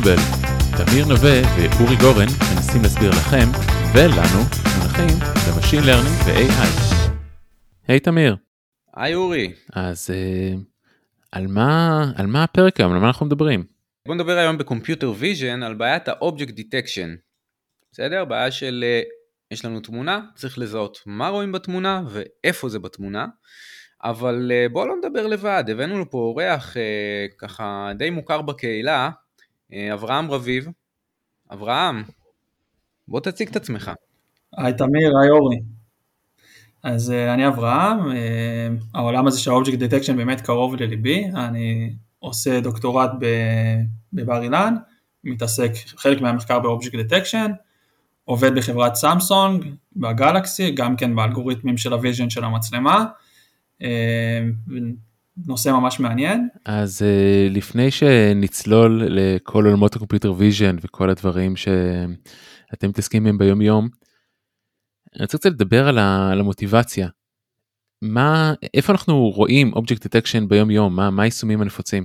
Explainable. תמיר נווה ואורי גורן מנסים להסביר לכם ולנו מונחים במשין לרנינג ו-AI. היי תמיר. היי אורי. אז על מה הפרק היום? על מה אנחנו מדברים? בוא נדבר היום בקומפיוטר ויז'ן על בעיית ה-Object Detection. בסדר? בעיה של יש לנו תמונה, צריך לזהות מה רואים בתמונה ואיפה זה בתמונה. אבל בוא לא נדבר לבד, הבאנו לו פה אורח ככה די מוכר בקהילה, אברהם רביב. אברהם, בוא תציג את עצמך. היי תמיר, היי אורי. אז אני אברהם, העולם הזה של Object Detection באמת קרוב לליבי, אני עושה דוקטורט בבר אילן, מתעסק חלק מהמחקר ב-Object Detection, עובד בחברת סמסונג, בגלקסי, גם כן באלגוריתמים של הוויז'ן של המצלמה, נושא ממש מעניין. אז לפני שנצלול לכל עולמות הקומפיוטר ויז'ן וכל הדברים שאתם מתעסקים בהם ביום יום, אני רוצה לדבר על המוטיבציה. איפה אנחנו רואים Object Detection ביום יום? מה היישומים הנפוצים?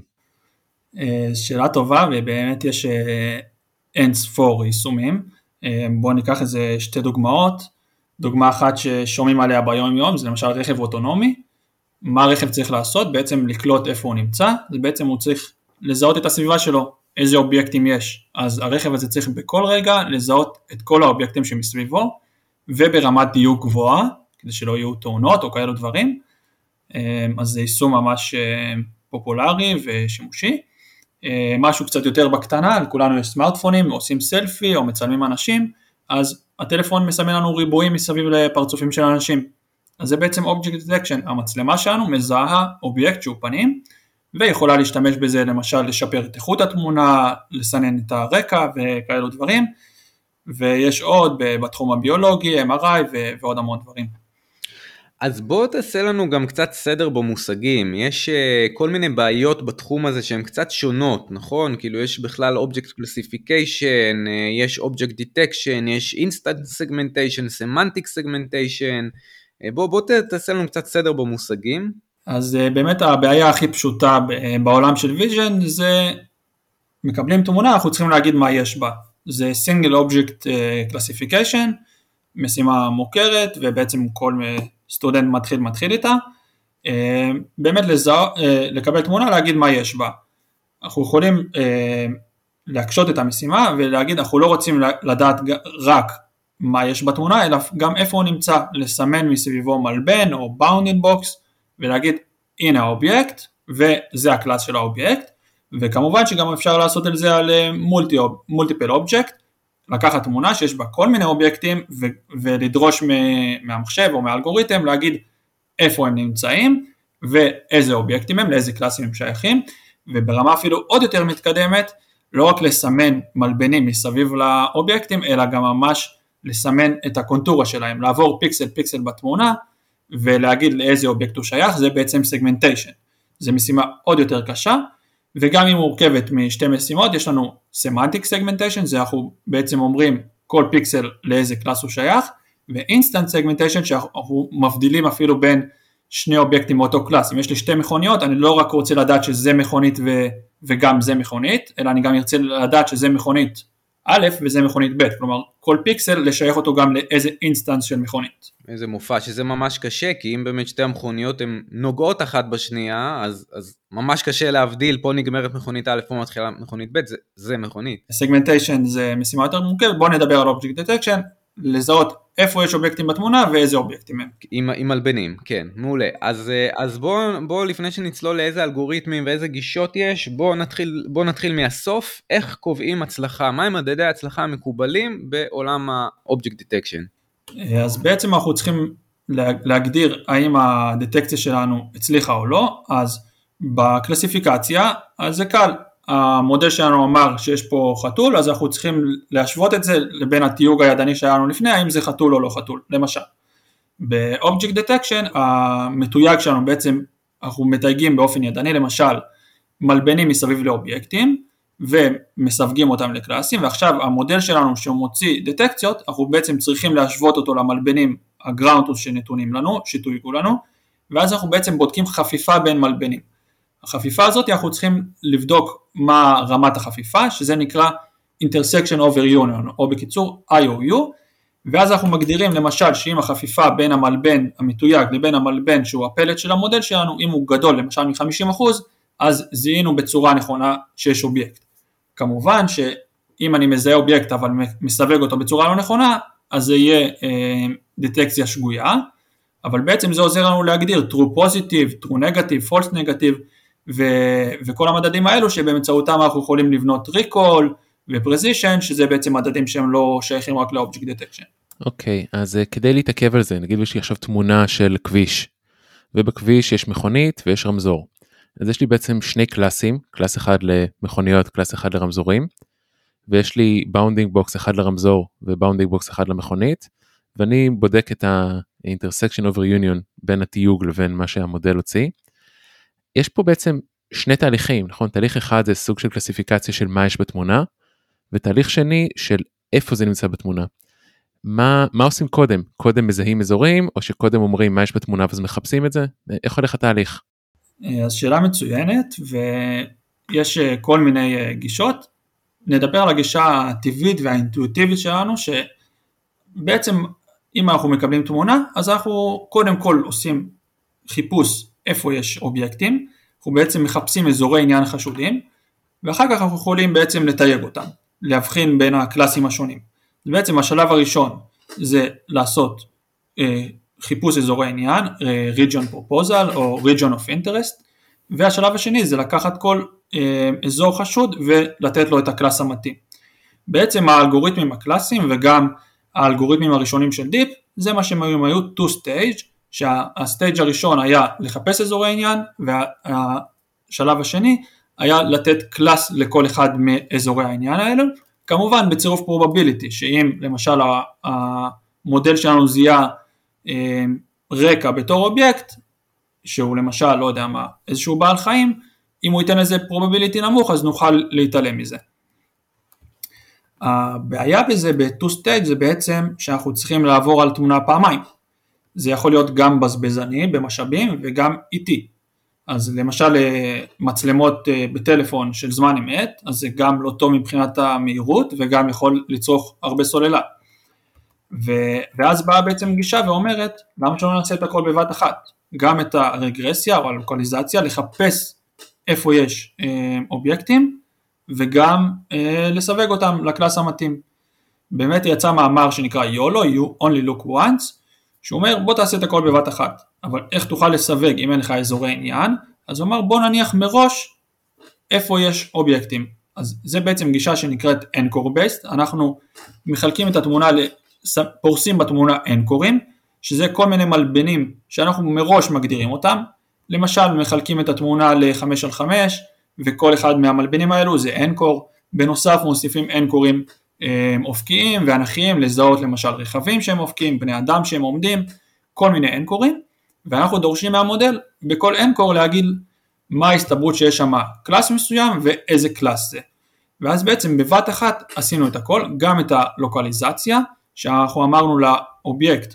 שאלה טובה, ובאמת יש אין ספור יישומים. בואו ניקח איזה שתי דוגמאות. דוגמה אחת ששומעים עליה ביום יום, זה למשל רכב אוטונומי. מה הרכב צריך לעשות? בעצם לקלוט איפה הוא נמצא, זה בעצם הוא צריך לזהות את הסביבה שלו, איזה אובייקטים יש. אז הרכב הזה צריך בכל רגע לזהות את כל האובייקטים שמסביבו, וברמת דיוק גבוהה, כדי שלא יהיו תאונות או כאלו דברים. אז זה יישום ממש פופולרי ושימושי. משהו קצת יותר בקטנה, לכולנו יש סמארטפונים, עושים סלפי או מצלמים אנשים, אז הטלפון מסמן לנו ריבועים מסביב לפרצופים של אנשים. אז זה בעצם Object Detection, המצלמה שלנו מזהה אובייקט שהוא פנים, ויכולה להשתמש בזה למשל לשפר את איכות התמונה, לסנן את הרקע וכאלו דברים, ויש עוד בתחום הביולוגי, MRI ועוד המון דברים. אז בוא תעשה לנו גם קצת סדר במושגים, יש כל מיני בעיות בתחום הזה שהן קצת שונות, נכון? כאילו יש בכלל Object Classification, יש Object Detection, יש Instant Segmentation, Semantic Segmentation, בוא תעשה לנו קצת סדר במושגים. אז באמת הבעיה הכי פשוטה בעולם של ויז'ן זה מקבלים תמונה, אנחנו צריכים להגיד מה יש בה. זה Single Object Classification, משימה מוכרת ובעצם כל סטודנט מתחיל איתה. באמת לקבל תמונה, להגיד מה יש בה. אנחנו יכולים להקשות את המשימה ולהגיד אנחנו לא רוצים לדעת רק מה יש בתמונה, אלא גם איפה הוא נמצא, לסמן מסביבו מלבן או bounding box, ולהגיד הנה האובייקט, וזה הקלאס של האובייקט, וכמובן שגם אפשר לעשות את זה על multiple object, לקחת תמונה שיש בה כל מיני אובייקטים, ולדרוש מהמחשב או מהאלגוריתם, להגיד איפה הם נמצאים, ואיזה אובייקטים הם, לאיזה קלאסים הם שייכים, וברמה אפילו עוד יותר מתקדמת, לא רק לסמן מלבנים מסביב לאובייקטים, אלא גם ממש לסמן את הקונטורה שלהם, לעבור פיקסל בתמונה, ולהגיד לאיזה אובייקט הוא שייך, זה בעצם סגמנטיישן. זה משימה עוד יותר קשה, וגם אם מורכבת משתי משימות, יש לנו סמנטיק סגמנטיישן, זה אנחנו בעצם אומרים כל פיקסל לאיזה קלאס הוא שייך, ואינסטנט סגמנטיישן, שאנחנו מבדילים אפילו בין שני אובייקטים מאותו קלאס. אם יש לי שתי מכוניות, אני לא רק רוצה לדעת שזה מכונית וגם זה מכונית, אלא אני גם ארצה לדעת שזה מכונית א' וזה מכונית ב', כלומר כל פיקסל לשייך אותו גם לאיזה אינסטנס של מכונית. איזה מופע שזה ממש קשה, כי אם באמת שתי המכוניות הן נוגעות אחת בשנייה, אז ממש קשה להבדיל, פה נגמרת מכונית א', פה מתחילה מכונית ב', זה מכונית. סגמנטיישן זה משימה יותר מורכבת, בואו נדבר על Object Detection, לזהות איפה יש אובייקטים בתמונה ואיזה אובייקטים הם. עם מלבנים, כן, מעולה. אז בואו לפני שנצלול לאיזה אלגוריתמים ואיזה גישות יש, בואו נתחיל מהסוף, איך קובעים הצלחה, מהם מדדי ההצלחה המקובלים בעולם ה-Object Detection? אז בעצם אנחנו צריכים להגדיר האם הדטקציה שלנו הצליחה או לא, אז בקלסיפיקציה, אז זה קל. המודל שלנו אמר שיש פה חתול, אז אנחנו צריכים להשוות את זה לבין התיוג הידני שלנו לפני, האם זה חתול או לא חתול, למשל. ב-Object Detection, המתויג שלנו בעצם, אנחנו מתייגים באופן ידני, למשל, מלבנים מסביב לאובייקטים, ומסווגים אותם לקלאסים, ועכשיו המודל שלנו שמוציא דטקציות, אנחנו בעצם צריכים להשוות אותו למלבנים הגראונד שנתונים לנו, שתויגו לנו, ואז אנחנו בעצם בודקים חפיפה בין מלבנים. החפיפה הזאת אנחנו צריכים לבדוק מה רמת החפיפה, שזה נקרא intersection over union, או בקיצור IOU, ואז אנחנו מגדירים למשל שאם החפיפה בין המלבן המתויג לבין המלבן שהוא הפלט של המודל שלנו, אם הוא גדול למשל מ-50%, אז זיהינו בצורה נכונה שיש אובייקט. כמובן שאם אני מזהה אובייקט אבל מסווג אותו בצורה לא נכונה, אז זה יהיה דטקציה שגויה, אבל בעצם זה עוזר לנו להגדיר true positive, true negative, false negative, וכל המדדים האלו שבאמצעותם אנחנו יכולים לבנות recall ו-precision, שזה בעצם מדדים שהם לא שייכים רק ל-object detection. אוקיי, אז כדי להתעכב על זה, נגיד יש לי עכשיו תמונה של כביש, ובכביש יש מכונית ויש רמזור. אז יש לי בעצם שני קלאסים, קלאס אחד למכוניות, קלאס אחד לרמזורים, ויש לי באונדינג בוקס אחד לרמזור ובאונדינג בוקס אחד למכונית, ואני בודק את ה-intersection over union בין התיוג לבין מה שהמודל הוציא. יש פה בעצם שני תהליכים, נכון? תהליך אחד זה סוג של קלסיפיקציה של מה יש בתמונה, ותהליך שני של איפה זה נמצא בתמונה. מה עושים קודם? קודם מזהים אזורים, או שקודם אומרים מה יש בתמונה ואז מחפשים את זה? איך הולך התהליך? אז שאלה מצוינת, ויש כל מיני גישות. נדבר על הגישה הטבעית והאינטואיטיבית שלנו, שבעצם אם אנחנו מקבלים תמונה, אז אנחנו קודם כל עושים חיפוש איפה יש אובייקטים, אנחנו בעצם מחפשים אזורי עניין חשודים, ואחר כך אנחנו יכולים בעצם לתייג אותם, להבחין בין הקלאסים השונים. בעצם השלב הראשון זה לעשות חיפוש אזורי עניין, region proposal או region of interest, והשלב השני זה לקחת כל אזור חשוד ולתת לו את הקלאס המתאים. בעצם האלגוריתמים הקלאסיים וגם האלגוריתמים הראשונים של דיפ, זה מה שהם היו two stage, שהסטייג' הראשון היה לחפש אזורי עניין, והשלב השני היה לתת קלאס לכל אחד מאזורי העניין האלו, כמובן בצירוף probability, שאם למשל המודל שלנו זיהה רקע בתור אובייקט, שהוא למשל, לא יודע מה, איזשהו בעל חיים, אם הוא ייתן איזה probability נמוך, אז נוכל להתעלם מזה. הבעיה בזה, ב-two stage, זה בעצם שאנחנו צריכים לעבור על תמונה פעמיים. זה יכול להיות גם בזבזני, במשאבים, וגם איטי. אז למשל, מצלמות בטלפון של זמן אמת, אז זה גם לא טוב מבחינת המהירות, וגם יכול לצרוך הרבה סוללה. ואז באה בעצם גישה ואומרת, למה שלא נעשה את הכל בבת אחת? גם את הרגרסיה או הלוקליזציה, לחפש איפה יש אובייקטים, וגם לסווג אותם לקלאס המתאים. באמת יצא מאמר שנקרא YOLO, You Only Look Once, שהוא אומר בוא תעשה את הכל בבת אחת, אבל איך תוכל לסווג אם אין לך אזורי עניין? אז הוא אומר בוא נניח מראש איפה יש אובייקטים. אז זה בעצם גישה שנקראת Anchor Based, אנחנו מחלקים את התמונה, פורסים בתמונה אנקורים, שזה כל מיני מלבנים שאנחנו מראש מגדירים אותם, למשל מחלקים את התמונה ל5x5, וכל אחד מהמלבנים האלו זה אנקור, בנוסף מוסיפים אנקורים אופקיים ואנכיים, לזהות למשל רכבים שהם אופקיים, בני אדם שהם עומדים, כל מיני אנקורים, ואנחנו דורשים מהמודל בכל אנקור להגיד מה ההסתברות שיש שם קלאס מסוים ואיזה קלאס זה. ואז בעצם בבת אחת עשינו את הכל, גם את הלוקליזציה, שאנחנו אמרנו לאובייקט,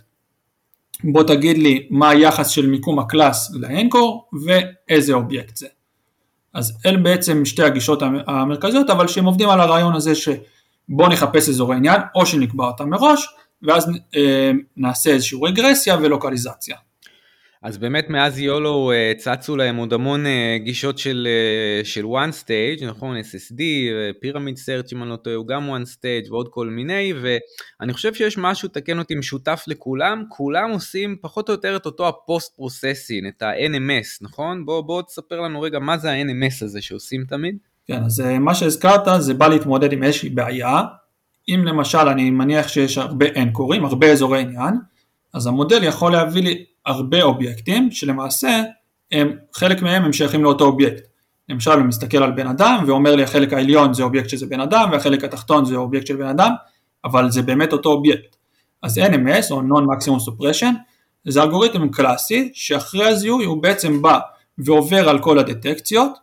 בוא תגיד לי מה היחס של מיקום הקלאס לאנקור ואיזה אובייקט זה. אז אלה בעצם שתי הגישות המרכזיות, אבל שהם עובדים על הרעיון הזה שבוא נחפש אזורי עניין, או שנקבע אותם מראש, ואז נעשה איזושהי רגרסיה ולוקליזציה. אז באמת מאז יולו צצו להם עוד המון גישות של one stage, נכון? SSD, Pyramid Search אם אני לא טועה, הוא גם one stage ועוד כל מיני, ואני חושב שיש משהו, תקן אותי, משותף לכולם, כולם עושים פחות או יותר את אותו הפוסט פרוססינג, את ה-NMS, נכון? בוא תספר לנו רגע מה זה ה-NMS הזה שעושים תמיד. כן, אז מה שהזכרת זה בא להתמודד עם איזושהי בעיה, אם למשל אני מניח שיש הרבה אנקורים, הרבה אזורי עניין, אז המודל יכול להביא לי הרבה אובייקטים, שלמעשה חלק מהם הם שייכים לאותו אובייקט. למשל הוא מסתכל על בן אדם ואומר לי החלק העליון זה אובייקט שזה בן אדם, והחלק התחתון זה אובייקט של בן אדם, אבל זה באמת אותו אובייקט. אז NMS או Non-Maximum Suppression זה אלגוריתם קלאסי שאחרי הזיהוי הוא בעצם בא ועובר על כל הדטקציות,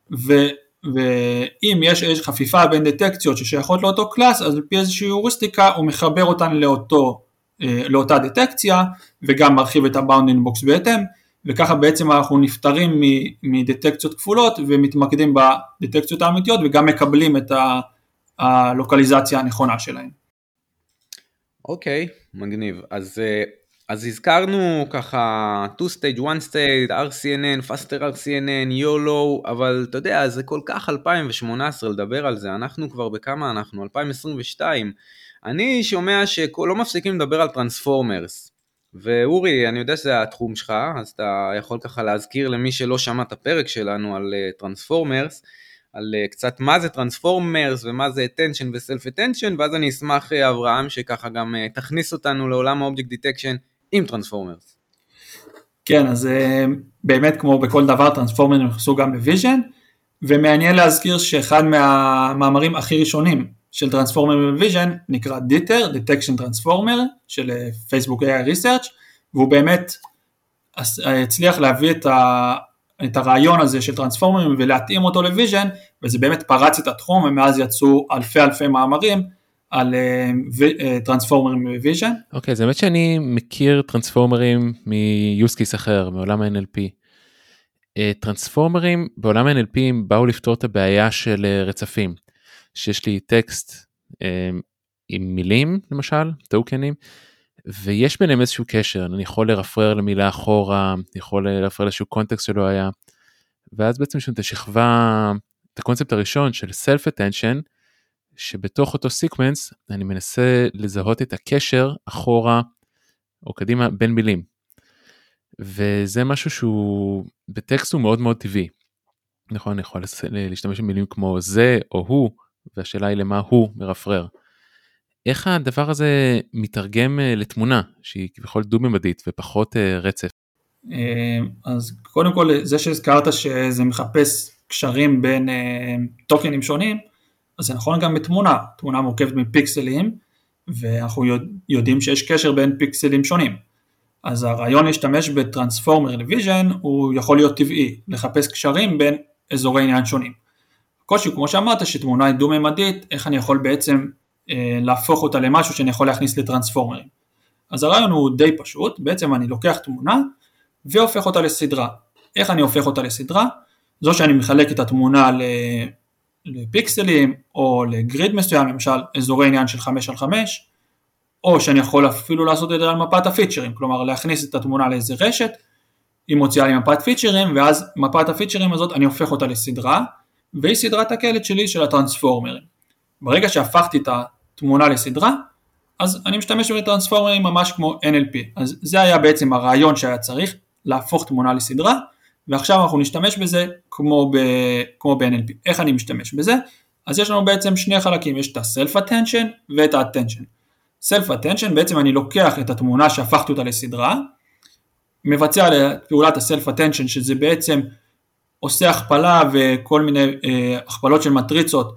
ואם יש חפיפה בין דטקציות ששייכות לאותו קלאס, אז על פי איזושהי הוריסטיקה הוא מחבר אותן לאותה דטקציה, וגם מרחיב את ה-bounding box בהתאם, וככה בעצם אנחנו נפטרים מדטקציות כפולות, ומתמקדים בדטקציות האמיתיות, וגם מקבלים את הלוקליזציה הנכונה שלהם. אוקיי, מגניב. אז הזכרנו ככה 2-stage, 1-stage, RCNN, faster RCNN, YOLO, אבל אתה יודע, זה כל כך 2018 לדבר על זה, אנחנו כבר בכמה אנחנו? 2022. אני שומע שלא מפסיקים לדבר על טרנספורמרס, ואורי, אני יודע שזה התחום שלך, אז אתה יכול ככה להזכיר למי שלא שמע את הפרק שלנו על טרנספורמרס, על קצת מה זה טרנספורמרס ומה זה attention ו-self attention, ואז אני אשמח אברהם שככה גם תכניס אותנו לעולם ה-object detection עם טרנספורמרס. כן, אז באמת כמו בכל דבר טרנספורמרים נכנסו גם בוויז'ן, ומעניין להזכיר שאחד מהמאמרים הכי ראשונים של טרנספורמר בוויז'ן נקרא DITR, Detection Transformer של פייסבוק AI Research, והוא באמת הצליח להביא את הרעיון הזה של טרנספורמרים ולהתאים אותו לוויז'ן, וזה באמת פרץ את התחום, ומאז יצאו אלפי מאמרים על טרנספורמרים בוויז'ן. אוקיי, זה באמת שאני מכיר טרנספורמרים מ-use case אחר, מעולם ה-NLP. טרנספורמרים בעולם ה-NLP באו לפתור את הבעיה של רצפים, שיש לי טקסט עם מילים, למשל, טוקנים, ויש ביניהם איזשהו קשר, אני יכול לרפרר למילה אחורה, אני יכול לרפרר לאיזשהו קונטקסט שלא היה, ואז בעצם יש לנו את השכבה, את הקונספט הראשון של self attention, שבתוך אותו סיקוונס אני מנסה לזהות את הקשר אחורה או קדימה בין מילים, וזה משהו שהוא בטקסט הוא מאוד מאוד טבעי, נכון, אני יכול להשתמש במילים כמו זה או הוא, והשאלה היא למה הוא מרפרר. איך הדבר הזה מתרגם לתמונה שהיא כביכול דו-ממדית ופחות רצף? אז קודם כל זה שהזכרת שזה מחפש קשרים בין טוקנים שונים, אז זה נכון גם בתמונה, תמונה מורכבת מפיקסלים, ואנחנו יודעים שיש קשר בין פיקסלים שונים. אז הרעיון להשתמש בטרנספורמר לוויז'ן הוא יכול להיות טבעי, לחפש קשרים בין אזורי עניין שונים. קושי, כמו שאמרת, שתמונה היא דו-ממדית, איך אני יכול בעצם להפוך אותה למשהו שאני יכול להכניס לטרנספורמרים. אז הרעיון הוא די פשוט, בעצם אני לוקח תמונה והופך אותה לסדרה. איך אני הופך אותה לסדרה? זו שאני מחלק את התמונה לפיקסלים או לגריד מסוים, למשל אזורי עניין של 5x5, או שאני יכול אפילו לעשות את זה על מפת הפיצ'רים, כלומר להכניס את התמונה לאיזה רשת, היא מוציאה לי מפת פיצ'רים, ואז מפת הפיצ'רים הזאת אני הופך אותה לסדרה, והיא סדרת הקלט שלי של הטרנספורמרים. ברגע שהפכתי את התמונה לסדרה, אז אני משתמש בטרנספורמרים ממש כמו NLP. אז זה היה בעצם הרעיון שהיה צריך, להפוך תמונה לסדרה, ועכשיו אנחנו נשתמש בזה כמו ב-NLP. איך אני משתמש בזה? אז יש לנו בעצם שני חלקים, יש את ה-self-attention ואת ה-attention. self-attention, בעצם אני לוקח את התמונה שהפכתי אותה לסדרה, מבצע לפעולת ה-self-attention, שזה בעצם עושה הכפלה וכל מיני הכפלות של מטריצות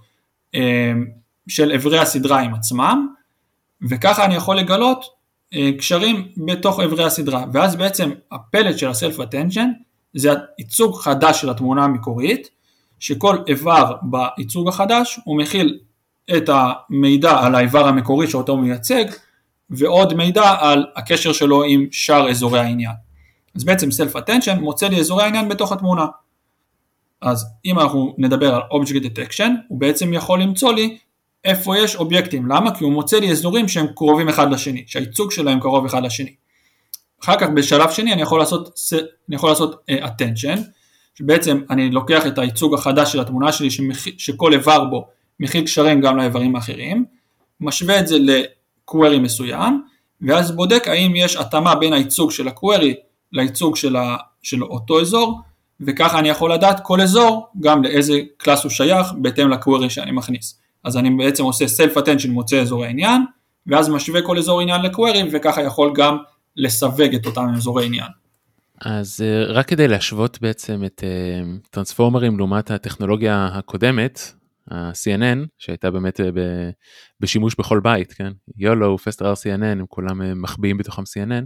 של עברי הסדרה עם עצמם, וככה אני יכול לגלות קשרים בתוך עברי הסדרה, ואז בעצם הפלט של ה-self-attention, זה הייצוג חדש של התמונה המקורית, שכל איבר בייצוג החדש, הוא מכיל את המידע על האיבר המקורי שאותו הוא מייצג, ועוד מידע על הקשר שלו עם שאר אזורי העניין. אז בעצם self-attention מוצא לי אזורי העניין בתוך התמונה. אז אם אנחנו נדבר על Object Detection, הוא בעצם יכול למצוא לי איפה יש אובייקטים. למה? כי הוא מוצא לי אזורים שהם קרובים אחד לשני, שהייצוג שלהם קרוב אחד לשני. אחר כך בשלב שני אני יכול לעשות attention, שבעצם אני לוקח את הייצוג החדש של התמונה שלי, שכל איבר בו מכיל קשרים גם לאיברים האחרים, משווה את זה לקווירי מסוים, ואז בודק האם יש התאמה בין הייצוג של הקווירי לייצוג של אותו אזור, וככה אני יכול לדעת כל אזור גם לאיזה קלאס הוא שייך בהתאם לקווירי שאני מכניס. אז אני בעצם עושה self-attention, מוצא אזורי עניין, ואז משווה כל אזור עניין לקווירי, וככה יכול גם לסווג את אותם אזורי עניין. אז רק כדי להשוות בעצם את טרנספורמרים לעומת הטכנולוגיה הקודמת, ה-CNN, שהייתה באמת בשימוש בכל בית, כן? YOLO, Faster RCNN, הם כולם מחביאים בתוכם CNN.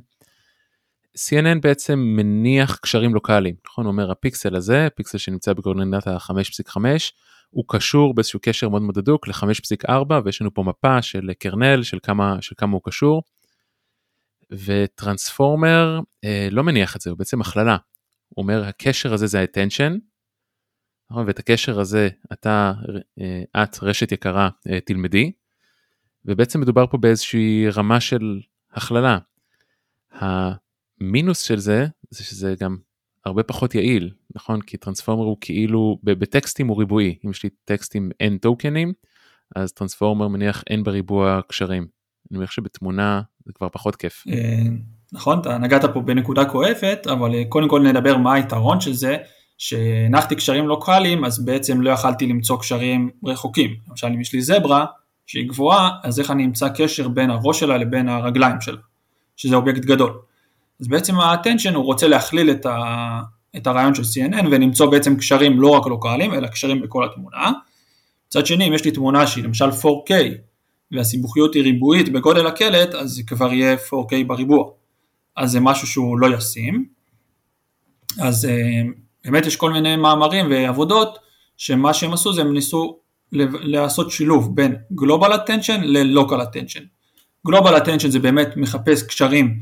CNN בעצם מניח קשרים לוקליים, נכון? הוא אומר, הפיקסל הזה, פיקסל שנמצא בקורדינטה ה-5.5, הוא קשור באיזשהו קשר מאוד מאוד הדוק ל-5.4, ויש לנו פה מפה של קרנל, של כמה הוא קשור, וטרנספורמר לא מניח את זה, הוא בעצם הכללה. הוא אומר, הקשר הזה זה ה-attention, ואת הקשר הזה את רשת יקרה תלמדי, ובעצם מדובר פה באיזושהי רמה של הכללה. המינוס של זה, זה שזה גם הרבה פחות יעיל, נכון? כי טרנספורמר הוא כאילו, בטקסטים הוא ריבועי, אם יש לי טקסטים n טוקנים, אז טרנספורמר מניח n בריבוע קשרים. אני מניח שבתמונה זה כבר פחות כיף. נכון, אתה נגעת פה בנקודה כואבת, אבל קודם כל נדבר מה היתרון של זה, שהנחתי קשרים לוקליים, אז בעצם לא יכלתי למצוא קשרים רחוקים. למשל, אם יש לי זברה שהיא גבוהה, אז איך אני אמצא קשר בין הראש שלה לבין הרגליים שלה, שזה אובייקט גדול. אז בעצם ה-attention הוא רוצה להכליל את הרעיון של CNN, ולמצוא בעצם קשרים לא רק לוקליים, אלא קשרים בכל התמונה. מצד שני, אם יש לי תמונה שהיא למשל 4K, והסיבוכיות היא ריבועית בגודל הקלט, אז זה כבר יהיה 4K בריבוע. אז זה משהו שהוא לא ישים. אז באמת יש כל מיני מאמרים ועבודות, שמה שהם עשו זה הם ניסו לעשות שילוב בין Global Attention ל-Local Attention. Global Attention זה באמת מחפש קשרים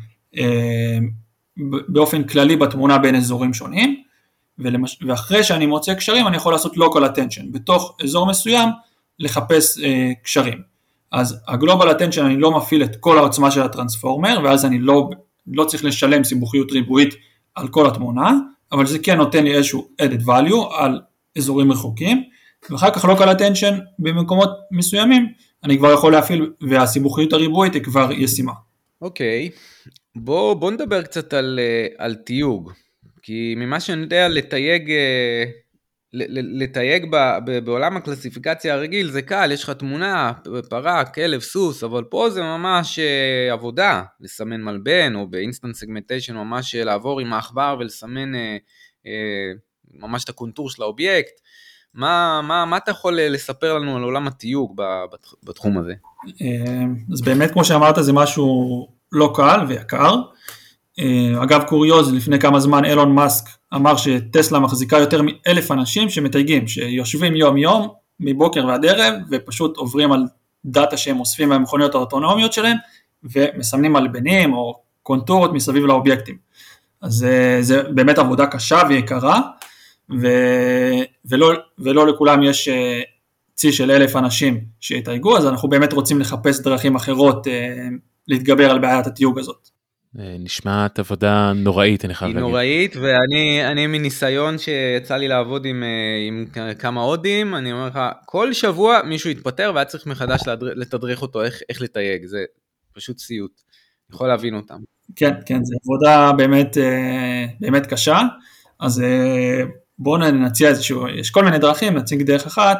באופן כללי בתמונה בין אזורים שונים, ואחרי שאני מוצא קשרים אני יכול לעשות Local Attention, בתוך אזור מסוים לחפש קשרים. אז ה-Global Attention אני לא מפעיל את כל העוצמה של הטרנספורמר, ואז אני לא צריך לשלם סיבוכיות ריבועית על כל התמונה, אבל זה כן נותן לי איזשהו added value על אזורים רחוקים, ואחר כך local attention במקומות מסוימים, אני כבר יכול להפעיל, והסיבוכיות הריבועית היא כבר ישימה. אוקיי, בוא נדבר קצת על תיוג, כי ממה שאני יודע לתייג בעולם הקלסיפיקציה הרגיל זה קל, יש לך תמונה, פרה, כלב, סוס, אבל פה זה ממש עבודה, לסמן מלבן, או באינסטנט סגמנטיישן ממש לעבור עם העכבר ולסמן ממש את הקונטור של האובייקט. מה אתה יכול לספר לנו על עולם התיוג בתחום הזה? אז באמת כמו שאמרת זה משהו לא קל ויקר. אגב קוריוז, לפני כמה זמן אילון מאסק אמר שטסלה מחזיקה יותר מ1,000 אנשים שמתייגים, שיושבים יום יום מבוקר ועד ערב ופשוט עוברים על דאטה שהם אוספים מהמכוניות האוטונומיות שלהם ומסמנים מלבנים או קונטורות מסביב לאובייקטים. אז זה באמת עבודה קשה ויקרה, ולא לכולם יש צי של 1,000 אנשים שיתייגו, אז אנחנו באמת רוצים לחפש דרכים אחרות להתגבר על בעיית התיוג הזאת. נשמעת עבודה נוראית, אני חייב להגיד. היא נוראית, ואני מניסיון שיצא לי לעבוד עם כמה הודים, אני אומר לך, כל שבוע מישהו יתפטר, והיה צריך מחדש לתדריך אותו איך לתייג, זה פשוט סיוט, יכול להבין אותם. כן, זה עבודה באמת קשה, אז בואו נציע איזשהו, יש כל מיני דרכים, נציג דרך אחת,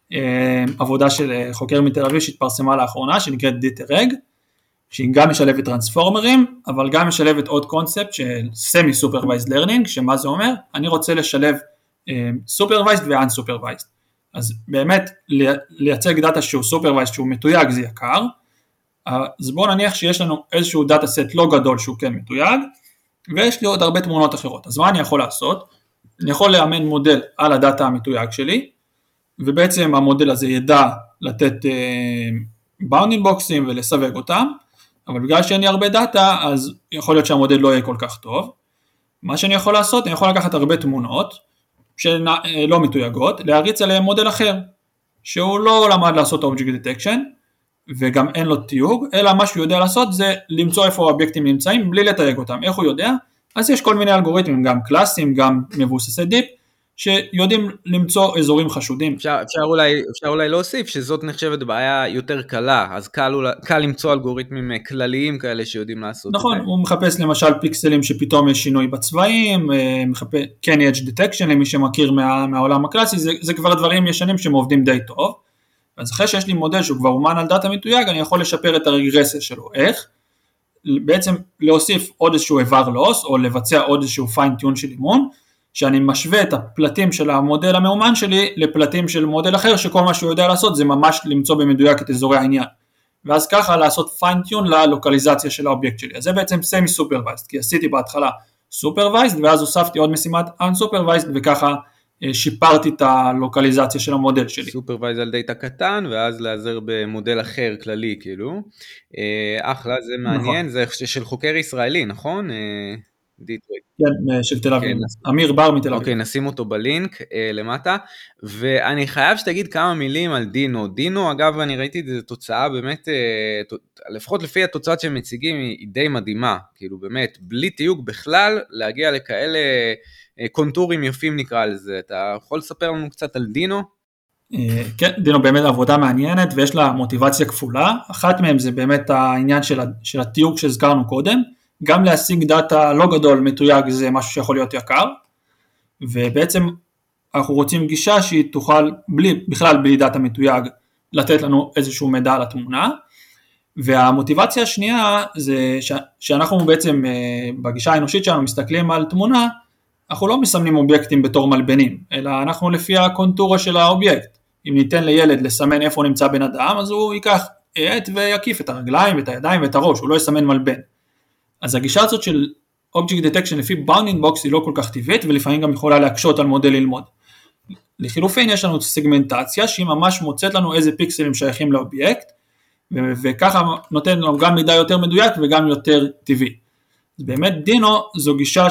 עבודה של חוקר מתל אביב שהתפרסמה לאחרונה, שנקראת דיטרג, שהיא גם משלבת טרנספורמרים, אבל גם משלבת עוד קונספט של Semi-Supervised Learning, שמה זה אומר? אני רוצה לשלב Supervised ו-Unsupervised. אז באמת, לייצג דאטה שהוא Supervised, שהוא מתויג, זה יקר. אז בואו נניח שיש לנו איזשהו דאטה סט לא גדול שהוא כן מתויג, ויש לי עוד הרבה תמונות אחרות. אז מה אני יכול לעשות? אני יכול לאמן מודל על הדאטה המתויג שלי, ובעצם המודל הזה ידע לתת bounding boxים ולסווג אותם, אבל בגלל שאין לי הרבה דאטה, אז יכול להיות שהמודל לא יהיה כל כך טוב. מה שאני יכול לעשות, אני יכול לקחת הרבה תמונות, שלא מתויגות, להריץ עליהם מודל אחר, שהוא לא למד לעשות Object Detection, וגם אין לו תיוג, אלא מה שהוא יודע לעשות, זה למצוא איפה האובייקטים נמצאים, בלי לתייג אותם. איך הוא יודע? אז יש כל מיני אלגוריתמים, גם קלאסיים, גם מבוססי דיפ, שיודעים למצוא אזורים חשודים. אפשר אולי להוסיף שזאת נחשבת בעיה יותר קלה, אז קל למצוא אלגוריתמים כלליים כאלה שיודעים לעשות. נכון, הוא מחפש למשל פיקסלים שפתאום יש שינוי בצבעים, מחפש Canny Edge Detection למי שמכיר מהעולם הקלאסי, זה כבר דברים ישנים שהם עובדים די טוב, אז אחרי שיש לי מודל שהוא כבר אומן על דאטה מתויג, אני יכול לשפר את הרגרסיה שלו. איך? בעצם להוסיף עוד איזשהו איבר לוס, או לבצע עוד איזשהו פיין-טיון של אימון, שאני משווה את הפלטים של המודל המאומן שלי לפלטים של מודל אחר, שכל מה שהוא יודע לעשות זה ממש למצוא במדויק את אזורי העניין. ואז ככה לעשות פיין-טיון ללוקליזציה של האובייקט שלי. אז זה בעצם semi-supervised, כי עשיתי בהתחלה supervised, ואז הוספתי עוד משימת unsupervised, וככה שיפרתי את הלוקליזציה של המודל שלי. סופרוויז על דאטה קטן, ואז לעזר במודל אחר כללי, כאילו. אחלה, זה מעניין, זה של חוקר ישראלי, נכון? כן, של תל אביב, אמיר בר מתל אביב. אוקיי, נשים אותו בלינק למטה, ואני חייב שתגיד כמה מילים על דינו. דינו, אגב, אני ראיתי את זה, תוצאה באמת, לפחות לפי התוצאות שהם מציגים, היא די מדהימה, כאילו באמת, בלי תיוג בכלל, להגיע לכאלה קונטורים יפים נקרא לזה. אתה יכול לספר לנו קצת על דינו? כן, דינו באמת עבודה מעניינת, ויש לה מוטיבציה כפולה. אחת מהם זה באמת העניין של התיוג שהזכרנו קודם, גם להשיג דאטה לא גדול מתויג זה משהו שיכול להיות יקר, ובעצם אנחנו רוצים גישה שהיא תוכל בכלל בלי דאטה מתויג לתת לנו איזשהו מידע על התמונה, והמוטיבציה השנייה זה שאנחנו בעצם בגישה האנושית שלנו מסתכלים על תמונה, אנחנו לא מסמנים אובייקטים בתור מלבנים, אלא אנחנו לפי הקונטורה של האובייקט. אם ניתן לילד לסמן איפה נמצא בן אדם, אז הוא ייקח עט ויקיף את הרגליים ואת הידיים ואת הראש, הוא לא יסמן מלבן. אז הגישה הזאת של Object Detection לפי Bounding Box היא לא כל כך טבעית, ולפעמים גם יכולה להקשות על מודל ללמוד. לחילופין יש לנו סגמנטציה, שהיא ממש מוצאת לנו איזה פיקסלים שייכים לאובייקט, וככה נותן לנו גם מידע יותר מדויק וגם יותר טבעי. אז באמת דינו זו גישה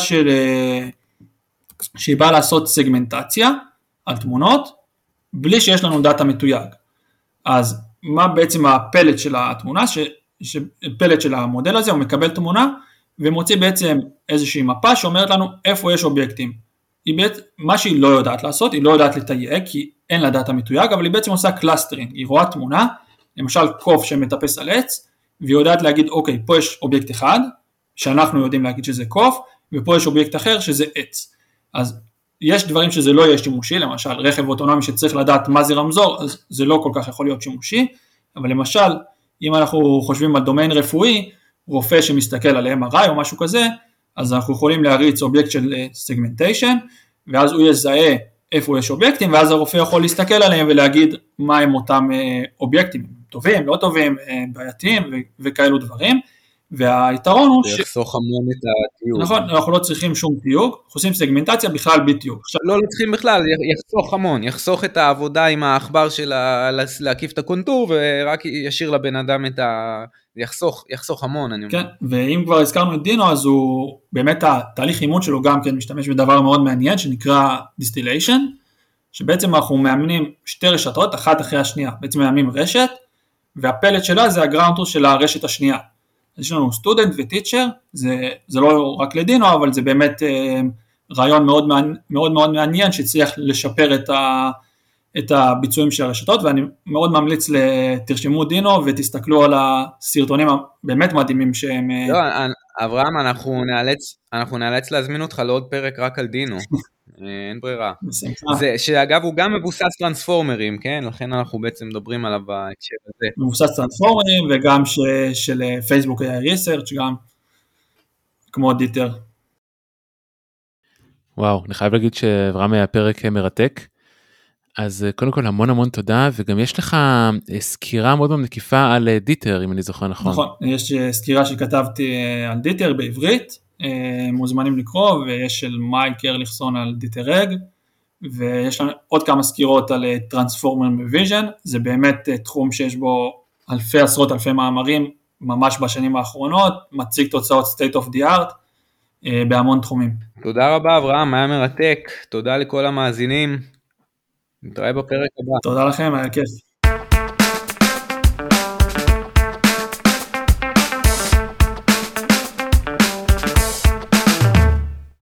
שהיא באה לעשות סגמנטציה על תמונות, בלי שיש לנו דאטה מתויג. אז מה בעצם הפלט של התמונה, פלט של המודל הזה, הוא מקבל תמונה, ומוציא בעצם איזושהי מפה שאומרת לנו איפה יש אובייקטים. מה שהיא לא יודעת לעשות, היא לא יודעת לתייג, כי אין לה דאטה מתויג, אבל היא בעצם עושה קלאסטרינג, היא רואה תמונה, למשל קוף שמטפס על עץ, והיא יודעת להגיד, אוקיי, פה יש אובייקט אחד, שאנחנו יודעים להגיד שזה קוף, ופה יש אובייקט אחר שזה עץ. אז יש דברים שזה לא יהיה שימושי, למשל רכב אוטונומי שצריך לדעת מה זה רמזור, אז זה לא כל כך יכול להיות שימושי, אבל למשל, אם אנחנו חושבים על דומיין רפואי, רופא שמסתכל על MRI או משהו כזה, אז אנחנו יכולים להריץ אובייקט של סגמנטיישן, ואז הוא יזהה איפה יש אובייקטים, ואז הרופא יכול להסתכל עליהם ולהגיד מה הם אותם אובייקטים, טובים, לא טובים, בעייתיים וכאלו דברים, והיתרון הוא יחסוך המון את התיוג. נכון, אנחנו לא צריכים שום תיוג, אנחנו עושים סגמנטציה בכלל בלי תיוג. לא צריכים בכלל, יחסוך המון, יחסוך את העבודה עם העכבר של להקיף את הקונטור, ורק ישאיר לבן אדם את ה... יחסוך המון, אני אומר. כן, ואם כבר הזכרנו את דינו, אז הוא באמת התהליך אימון שלו גם כן משתמש בדבר מאוד מעניין, שנקרא distillation, שבעצם אנחנו מאמנים שתי רשתות, אחת אחרי השנייה, בעצם מאמנים רשת, והפלט שלה זה הגראונטור של הרשת השנייה. אז יש לנו סטודנט וטיצ'ר, זה לא רק לדינו, אבל זה באמת רעיון מאוד מאוד מעניין, שצריך לשפר את הביצועים של הרשתות, ואני מאוד ממליץ תרשמו דינו, ותסתכלו על הסרטונים באמת מדהימים שהם... לא, אברהם, אנחנו נאלץ להזמין אותך לעוד פרק רק על דינו, אין ברירה. זה, שאגב הוא גם מבוסס טרנספורמרים, כן? לכן אנחנו בעצם מדברים עליו בהקשר הזה. מבוסס טרנספורמרים, וגם של פייסבוק AI Research, גם כמו דיטר. וואו, אני חייב להגיד שאברהם היה פרק מרתק. אז קודם כל המון תודה, וגם יש לך סקירה מאוד מקיפה על דיטר, אם אני זוכר נכון. נכון, יש סקירה שכתבתי על דיטר בעברית, מוזמנים לקרוא, ויש של מייק ארליכסון על דיטר אג, ויש לנו עוד כמה סקירות על טרנספורמר וויז'ן, זה באמת תחום שיש בו עשרות אלפי מאמרים, ממש בשנים האחרונות, מציג תוצאות state of the art, בהמון תחומים. תודה רבה אברהם, היה מרתק, תודה לכל המאזינים, נתראה בפרק הבא. תודה לכם, היה כיף.